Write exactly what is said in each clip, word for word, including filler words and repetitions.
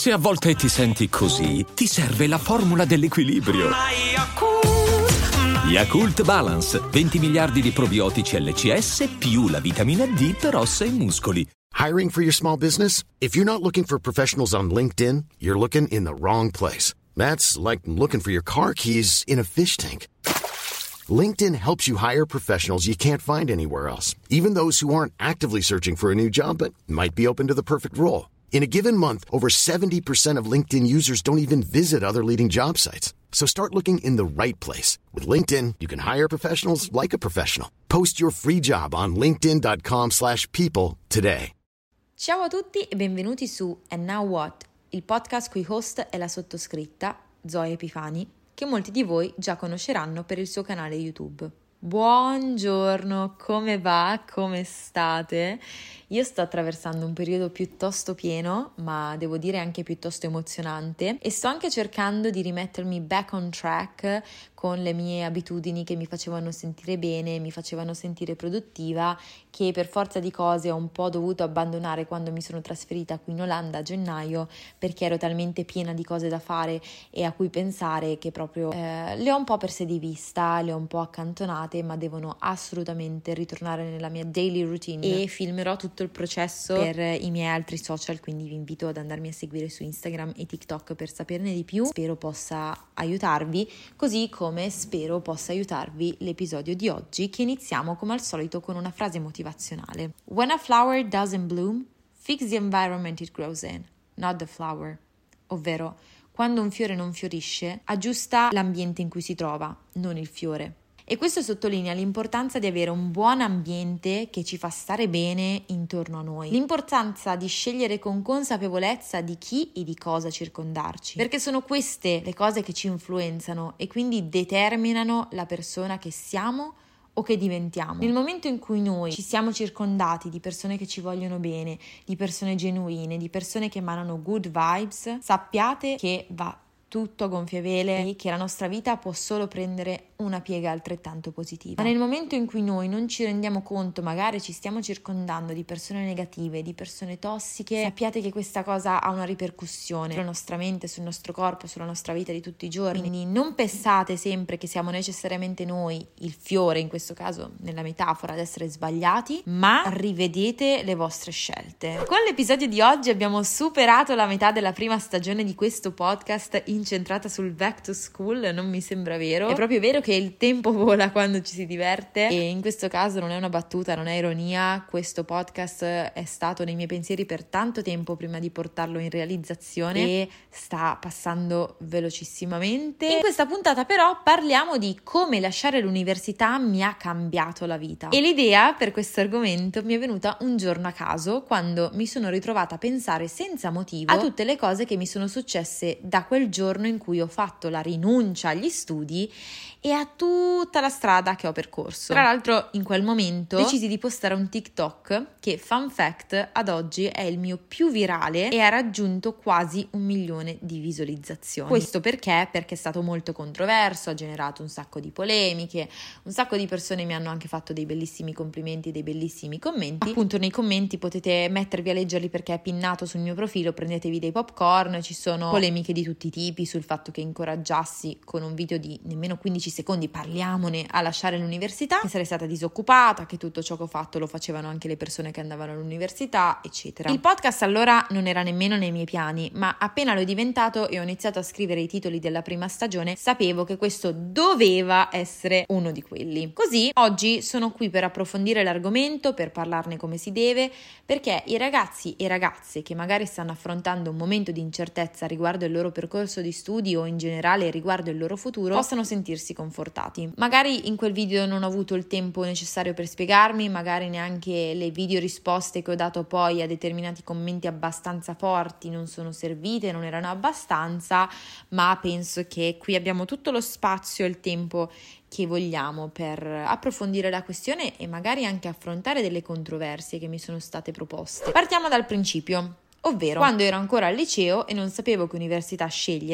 Se a volte ti senti così, ti serve la formula dell'equilibrio. Yakult Balance, venti miliardi di probiotici L C S più la vitamina D per ossa e muscoli. Hiring for your small business? If you're not looking for professionals on LinkedIn, you're looking in the wrong place. That's like looking for your car keys in a fish tank. LinkedIn helps you hire professionals you can't find anywhere else, even those who aren't actively searching for a new job but might be open to the perfect role. In a given month, over seventy percent of LinkedIn users don't even visit other leading job sites. So start looking in the right place. With LinkedIn, you can hire professionals like a professional. Post your free job on linkedin.com slash people today. Ciao a tutti e benvenuti su And Now What, il podcast cui host è la sottoscritta, Zoe Epifani, che molti di voi già conosceranno per il suo canale YouTube. Buongiorno, come va? Come state? Io sto attraversando un periodo piuttosto pieno, ma devo dire anche piuttosto emozionante, e sto anche cercando di rimettermi back on track con le mie abitudini che mi facevano sentire bene, mi facevano sentire produttiva, che per forza di cose ho un po' dovuto abbandonare quando mi sono trasferita qui in Olanda a gennaio, perché ero talmente piena di cose da fare e a cui pensare che proprio eh, le ho un po' perse di vista, le ho un po' accantonate, ma devono assolutamente ritornare nella mia daily routine e filmerò tutto il processo per i miei altri social, quindi vi invito ad andarmi a seguire su Instagram e TikTok per saperne di più. Spero possa aiutarvi, così come spero possa aiutarvi l'episodio di oggi, che iniziamo come al solito con una frase motivazionale. When a flower doesn't bloom, fix the environment it grows in, not the flower. Ovvero, quando un fiore non fiorisce, aggiusta l'ambiente in cui si trova, non il fiore. E questo sottolinea l'importanza di avere un buon ambiente che ci fa stare bene intorno a noi. L'importanza di scegliere con consapevolezza di chi e di cosa circondarci. Perché sono queste le cose che ci influenzano e quindi determinano la persona che siamo o che diventiamo. Nel momento in cui noi ci siamo circondati di persone che ci vogliono bene, di persone genuine, di persone che emanano good vibes, sappiate che va tutto a gonfie vele e che la nostra vita può solo prendere una piega altrettanto positiva. Ma nel momento in cui noi non ci rendiamo conto, magari ci stiamo circondando di persone negative, di persone tossiche, sappiate che questa cosa ha una ripercussione sulla nostra mente, sul nostro corpo, sulla nostra vita di tutti i giorni. Quindi non pensate sempre che siamo necessariamente noi, il fiore in questo caso, nella metafora, ad essere sbagliati, ma rivedete le vostre scelte. Con l'episodio di oggi abbiamo superato la metà della prima stagione di questo podcast incentrata sul back to school. Non mi sembra vero, è proprio vero che il tempo vola quando ci si diverte, e in questo caso non è una battuta, non è ironia. Questo podcast è stato nei miei pensieri per tanto tempo prima di portarlo in realizzazione e sta passando velocissimamente. In questa puntata però parliamo di come lasciare l'università mi ha cambiato la vita, e l'idea per questo argomento mi è venuta un giorno a caso, quando mi sono ritrovata a pensare senza motivo a tutte le cose che mi sono successe da quel giorno in cui ho fatto la rinuncia agli studi e a tutta la strada che ho percorso. Tra l'altro in quel momento decisi di postare un TikTok che, fun fact, ad oggi è il mio più virale e ha raggiunto quasi un milione di visualizzazioni. Questo perché? Perché è stato molto controverso, ha generato un sacco di polemiche, un sacco di persone mi hanno anche fatto dei bellissimi complimenti, dei bellissimi commenti. Appunto nei commenti potete mettervi a leggerli perché è pinnato sul mio profilo, prendetevi dei popcorn, ci sono polemiche di tutti i tipi sul fatto che incoraggiassi con un video di nemmeno quindici secondi, parliamone, a lasciare l'università, che sarei stata disoccupata, che tutto ciò che ho fatto lo facevano anche le persone che andavano all'università, eccetera. Il podcast allora non era nemmeno nei miei piani, ma appena l'ho diventato e ho iniziato a scrivere i titoli della prima stagione, sapevo che questo doveva essere uno di quelli. Così oggi sono qui per approfondire l'argomento, per parlarne come si deve, perché i ragazzi e ragazze che magari stanno affrontando un momento di incertezza riguardo il loro percorso di studi o in generale riguardo il loro futuro possano sentirsi confortati. Magari in quel video non ho avuto il tempo necessario per spiegarmi, magari neanche le video risposte che ho dato poi a determinati commenti abbastanza forti non sono servite, non erano abbastanza, ma penso che qui abbiamo tutto lo spazio e il tempo che vogliamo per approfondire la questione e magari anche affrontare delle controversie che mi sono state proposte. Partiamo dal principio, ovvero quando ero ancora al liceo e non sapevo che università scegliere,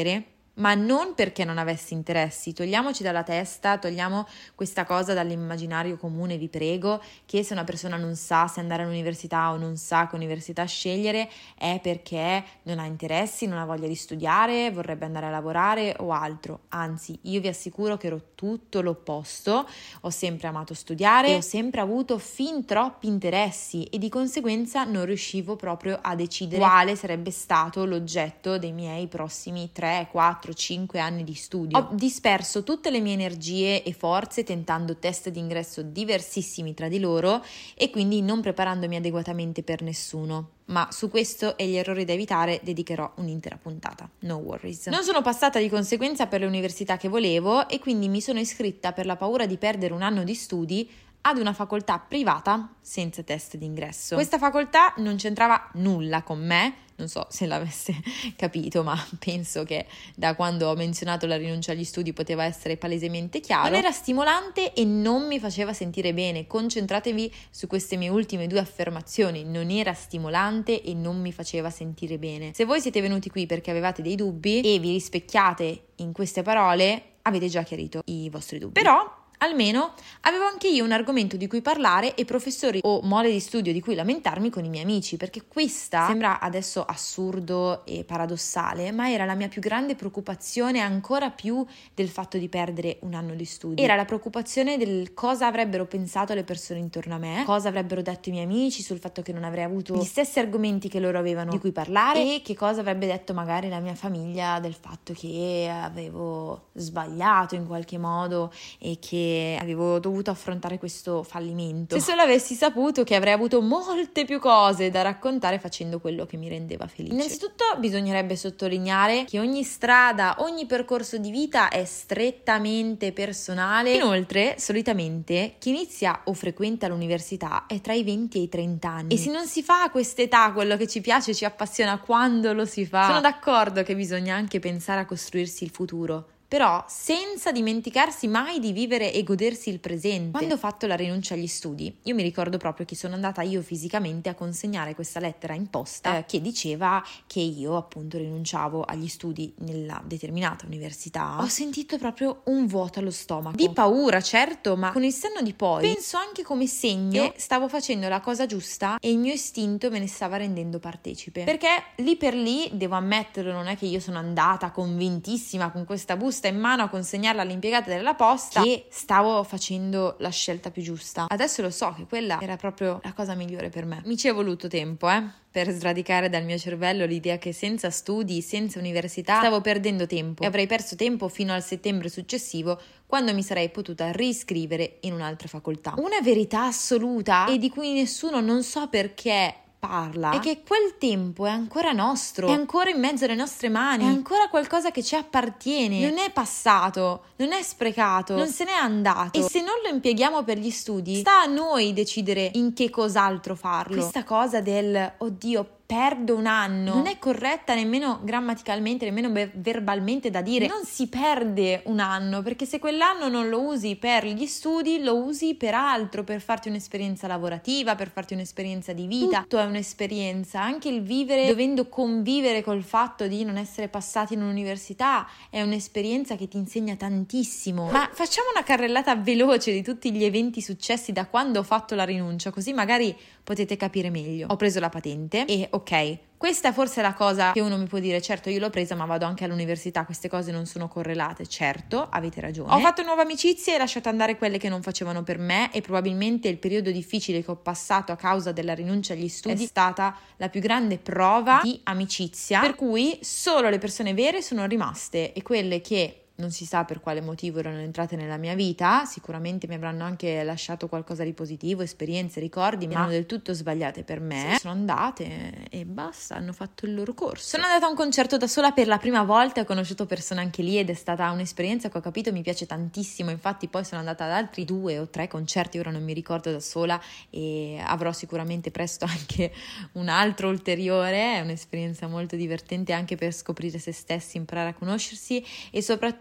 ma non perché non avessi interessi. Togliamoci dalla testa, togliamo questa cosa dall'immaginario comune, vi prego, che se una persona non sa se andare all'università o non sa che università scegliere è perché non ha interessi, non ha voglia di studiare, vorrebbe andare a lavorare o altro. Anzi, io vi assicuro che ero tutto l'opposto. Ho sempre amato studiare e ho sempre avuto fin troppi interessi e di conseguenza non riuscivo proprio a decidere quale sarebbe stato l'oggetto dei miei prossimi tre, quattro, cinque anni di studio. Ho disperso tutte le mie energie e forze tentando test d'ingresso diversissimi tra di loro e quindi non preparandomi adeguatamente per nessuno. Ma su questo e gli errori da evitare dedicherò un'intera puntata. No worries. Non sono passata di conseguenza per le università che volevo e quindi mi sono iscritta per la paura di perdere un anno di studi ad una facoltà privata senza test d'ingresso. Questa facoltà non c'entrava nulla con me, non so se l'avesse capito, ma penso che da quando ho menzionato la rinuncia agli studi poteva essere palesemente chiaro. Non era stimolante e non mi faceva sentire bene. Concentratevi su queste mie ultime due affermazioni. Non era stimolante e non mi faceva sentire bene. Se voi siete venuti qui perché avevate dei dubbi e vi rispecchiate in queste parole, avete già chiarito i vostri dubbi. Però almeno avevo anche io un argomento di cui parlare e professori o mole di studio di cui lamentarmi con i miei amici, perché questa sembra adesso assurdo e paradossale, ma era la mia più grande preoccupazione, ancora più del fatto di perdere un anno di studio. Era la preoccupazione del cosa avrebbero pensato le persone intorno a me, cosa avrebbero detto i miei amici sul fatto che non avrei avuto gli stessi argomenti che loro avevano di cui parlare e che cosa avrebbe detto magari la mia famiglia del fatto che avevo sbagliato in qualche modo e che avevo dovuto affrontare questo fallimento. Se solo avessi saputo che avrei avuto molte più cose da raccontare facendo quello che mi rendeva felice. Innanzitutto bisognerebbe sottolineare che ogni strada, ogni percorso di vita è strettamente personale. Inoltre, solitamente, chi inizia o frequenta l'università è tra i venti e i trenta anni. E se non si fa a quest'età quello che ci piace, ci appassiona, quando lo si fa? Sono d'accordo che bisogna anche pensare a costruirsi il futuro, però senza dimenticarsi mai di vivere e godersi il presente. Quando ho fatto la rinuncia agli studi, io mi ricordo proprio che sono andata io fisicamente a consegnare questa lettera in posta eh, che diceva che io appunto rinunciavo agli studi nella determinata università. Ho sentito proprio un vuoto allo stomaco. Di paura, certo, ma con il senno di poi penso anche come segno che stavo facendo la cosa giusta e il mio istinto me ne stava rendendo partecipe. Perché lì per lì, devo ammetterlo, non è che io sono andata convintissima con questa busta in mano a consegnarla all'impiegata della posta che stavo facendo la scelta più giusta. Adesso lo so che quella era proprio la cosa migliore per me. Mi ci è voluto tempo, eh, per sradicare dal mio cervello l'idea che senza studi, senza università, stavo perdendo tempo e avrei perso tempo fino al settembre successivo, quando mi sarei potuta riscrivere in un'altra facoltà. Una verità assoluta e di cui nessuno, non so perché, parla, è che quel tempo è ancora nostro, è ancora in mezzo alle nostre mani, è ancora qualcosa che ci appartiene, non è passato, non è sprecato, non se n'è andato e se non lo impieghiamo per gli studi sta a noi decidere in che cos'altro farlo. Questa cosa del oddio perdo un anno non è corretta nemmeno grammaticalmente, nemmeno be- verbalmente da dire. Non si perde un anno, perché se quell'anno non lo usi per gli studi, lo usi per altro, per farti un'esperienza lavorativa, per farti un'esperienza di vita. Tutto è un'esperienza, anche il vivere dovendo convivere col fatto di non essere passati in un'università è un'esperienza che ti insegna tantissimo. Ma facciamo una carrellata veloce di tutti gli eventi successi da quando ho fatto la rinuncia, così magari potete capire meglio. Ho preso la patente e ok, questa è forse la cosa che uno mi può dire, certo io l'ho presa ma vado anche all'università, queste cose non sono correlate. Certo, avete ragione. Ho fatto nuove amicizie e lasciato andare quelle che non facevano per me e probabilmente il periodo difficile che ho passato a causa della rinuncia agli studi è stata la più grande prova di amicizia, per cui solo le persone vere sono rimaste e quelle che non si sa per quale motivo erano entrate nella mia vita, sicuramente mi avranno anche lasciato qualcosa di positivo, esperienze, ricordi, ma erano del tutto sbagliate per me. Sono andate e basta, hanno fatto il loro corso. Sono andata a un concerto da sola per la prima volta, ho conosciuto persone anche lì ed è stata un'esperienza che ho capito mi piace tantissimo. Infatti poi sono andata ad altri due o tre concerti, ora non mi ricordo, da sola, e avrò sicuramente presto anche un altro ulteriore. È un'esperienza molto divertente anche per scoprire se stessi, imparare a conoscersi e soprattutto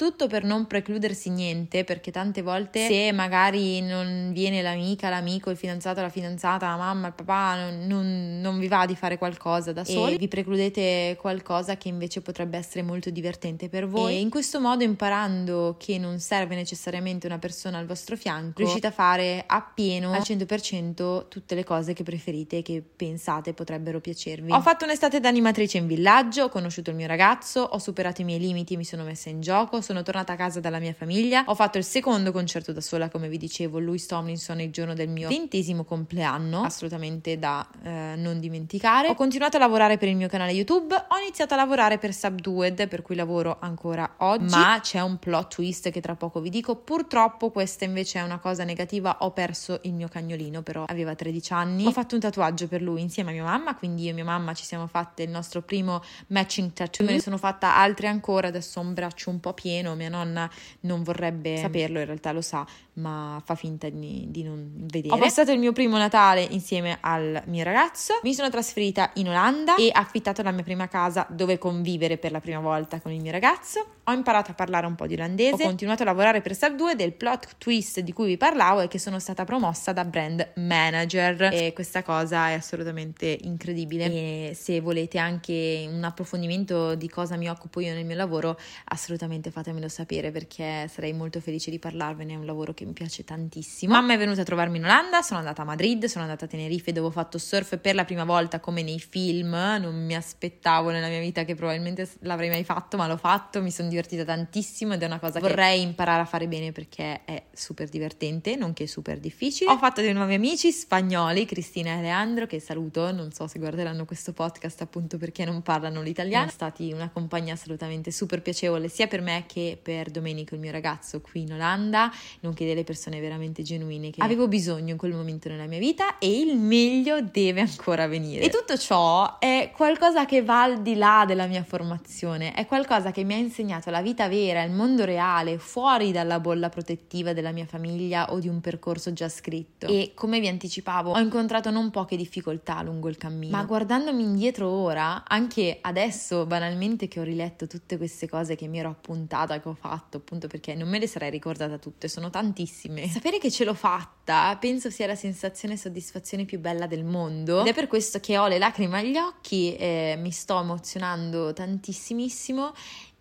soprattutto per non precludersi niente, perché tante volte se magari non viene l'amica, l'amico, il fidanzato, la fidanzata, la mamma, il papà, non, non, non vi va di fare qualcosa da soli, e vi precludete qualcosa che invece potrebbe essere molto divertente per voi, e in questo modo, imparando che non serve necessariamente una persona al vostro fianco, riuscite a fare appieno al cento per cento tutte le cose che preferite e che pensate potrebbero piacervi. Ho fatto un'estate da animatrice in villaggio, ho conosciuto il mio ragazzo, ho superato i miei limiti, mi sono messa in gioco, sono tornata a casa dalla mia famiglia, ho fatto il secondo concerto da sola, come vi dicevo, Louis Tomlinson, il giorno del mio ventesimo compleanno, assolutamente da eh, non dimenticare. Ho continuato a lavorare per il mio canale YouTube, ho iniziato a lavorare per Subdued, per cui lavoro ancora oggi, ma c'è un plot twist che tra poco vi dico. Purtroppo questa invece è una cosa negativa, ho perso il mio cagnolino, però aveva tredici anni. Ho fatto un tatuaggio per lui insieme a mia mamma, quindi io e mia mamma ci siamo fatte il nostro primo matching tattoo, me ne sono fatta altri ancora, adesso ho un braccio un po' pieno, mia nonna non vorrebbe saperlo, in realtà lo sa, ma fa finta di, di non vedere. Ho passato il mio primo Natale insieme al mio ragazzo, mi sono trasferita in Olanda e affittato la mia prima casa dove convivere per la prima volta con il mio ragazzo. Ho imparato a parlare un po' di olandese, ho continuato a lavorare per Subdued, del plot twist di cui vi parlavo è che sono stata promossa da brand manager, e questa cosa è assolutamente incredibile, e se volete anche un approfondimento di cosa mi occupo io nel mio lavoro, assolutamente fatemelo sapere, perché sarei molto felice di parlarvene, è un lavoro che mi piace tantissimo. Mamma è venuta a trovarmi in Olanda, sono andata a Madrid, sono andata a Tenerife dove ho fatto surf per la prima volta come nei film, non mi aspettavo nella mia vita che probabilmente l'avrei mai fatto, ma l'ho fatto, mi sono divertita tantissimo ed è una cosa che vorrei imparare a fare bene perché è super divertente, nonché super difficile. Ho fatto dei nuovi amici spagnoli, Cristina e Leandro, che saluto, non so se guarderanno questo podcast appunto perché non parlano l'italiano. Sono stati una compagnia assolutamente super piacevole sia per me che per Domenico, il mio ragazzo qui in Olanda, nonché delle persone veramente genuine che avevo bisogno in quel momento nella mia vita, e il meglio deve ancora venire. E tutto ciò è qualcosa che va al di là della mia formazione, è qualcosa che mi ha insegnato la vita vera, il mondo reale, fuori dalla bolla protettiva della mia famiglia o di un percorso già scritto. E come vi anticipavo, ho incontrato non poche difficoltà lungo il cammino, ma guardandomi indietro ora, anche adesso banalmente che ho riletto tutte queste cose che mi ero appuntata, che ho fatto, appunto perché non me le sarei ricordata tutte, sono tantissime, sapere che ce l'ho fatta penso sia la sensazione e soddisfazione più bella del mondo, ed è per questo che ho le lacrime agli occhi, eh, mi sto emozionando tantissimissimo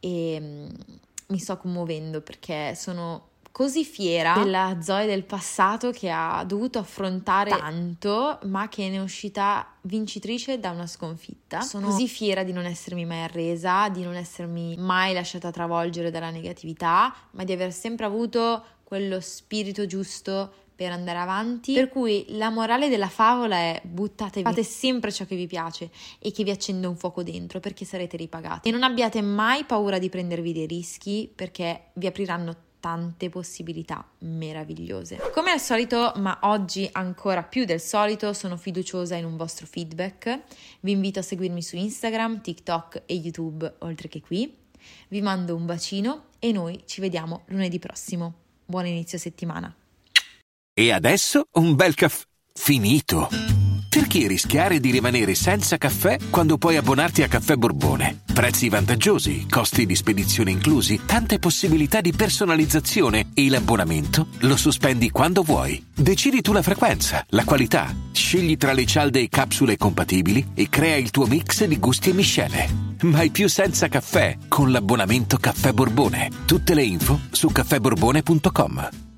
e mm, mi sto commuovendo perché sono così fiera della Zoe del passato che ha dovuto affrontare tanto ma che ne è uscita vincitrice da una sconfitta. Sono così fiera di non essermi mai arresa, di non essermi mai lasciata travolgere dalla negatività, ma di aver sempre avuto quello spirito giusto per andare avanti, per cui la morale della favola è: buttatevi, fate sempre ciò che vi piace e che vi accende un fuoco dentro, perché sarete ripagati, e non abbiate mai paura di prendervi dei rischi, perché vi apriranno tante possibilità meravigliose. Come al solito, ma oggi ancora più del solito, sono fiduciosa in un vostro feedback. Vi invito a seguirmi su Instagram, TikTok e YouTube, oltre che qui. Vi mando un bacino e noi ci vediamo lunedì prossimo. Buon inizio settimana. E adesso un bel caffè finito. Perché rischiare di rimanere senza caffè quando puoi abbonarti a Caffè Borbone? Prezzi vantaggiosi, costi di spedizione inclusi, tante possibilità di personalizzazione e l'abbonamento lo sospendi quando vuoi. Decidi tu la frequenza, la qualità, scegli tra le cialde e capsule compatibili e crea il tuo mix di gusti e miscele. Mai più senza caffè con l'abbonamento Caffè Borbone. Tutte le info su caffè borbone punto com.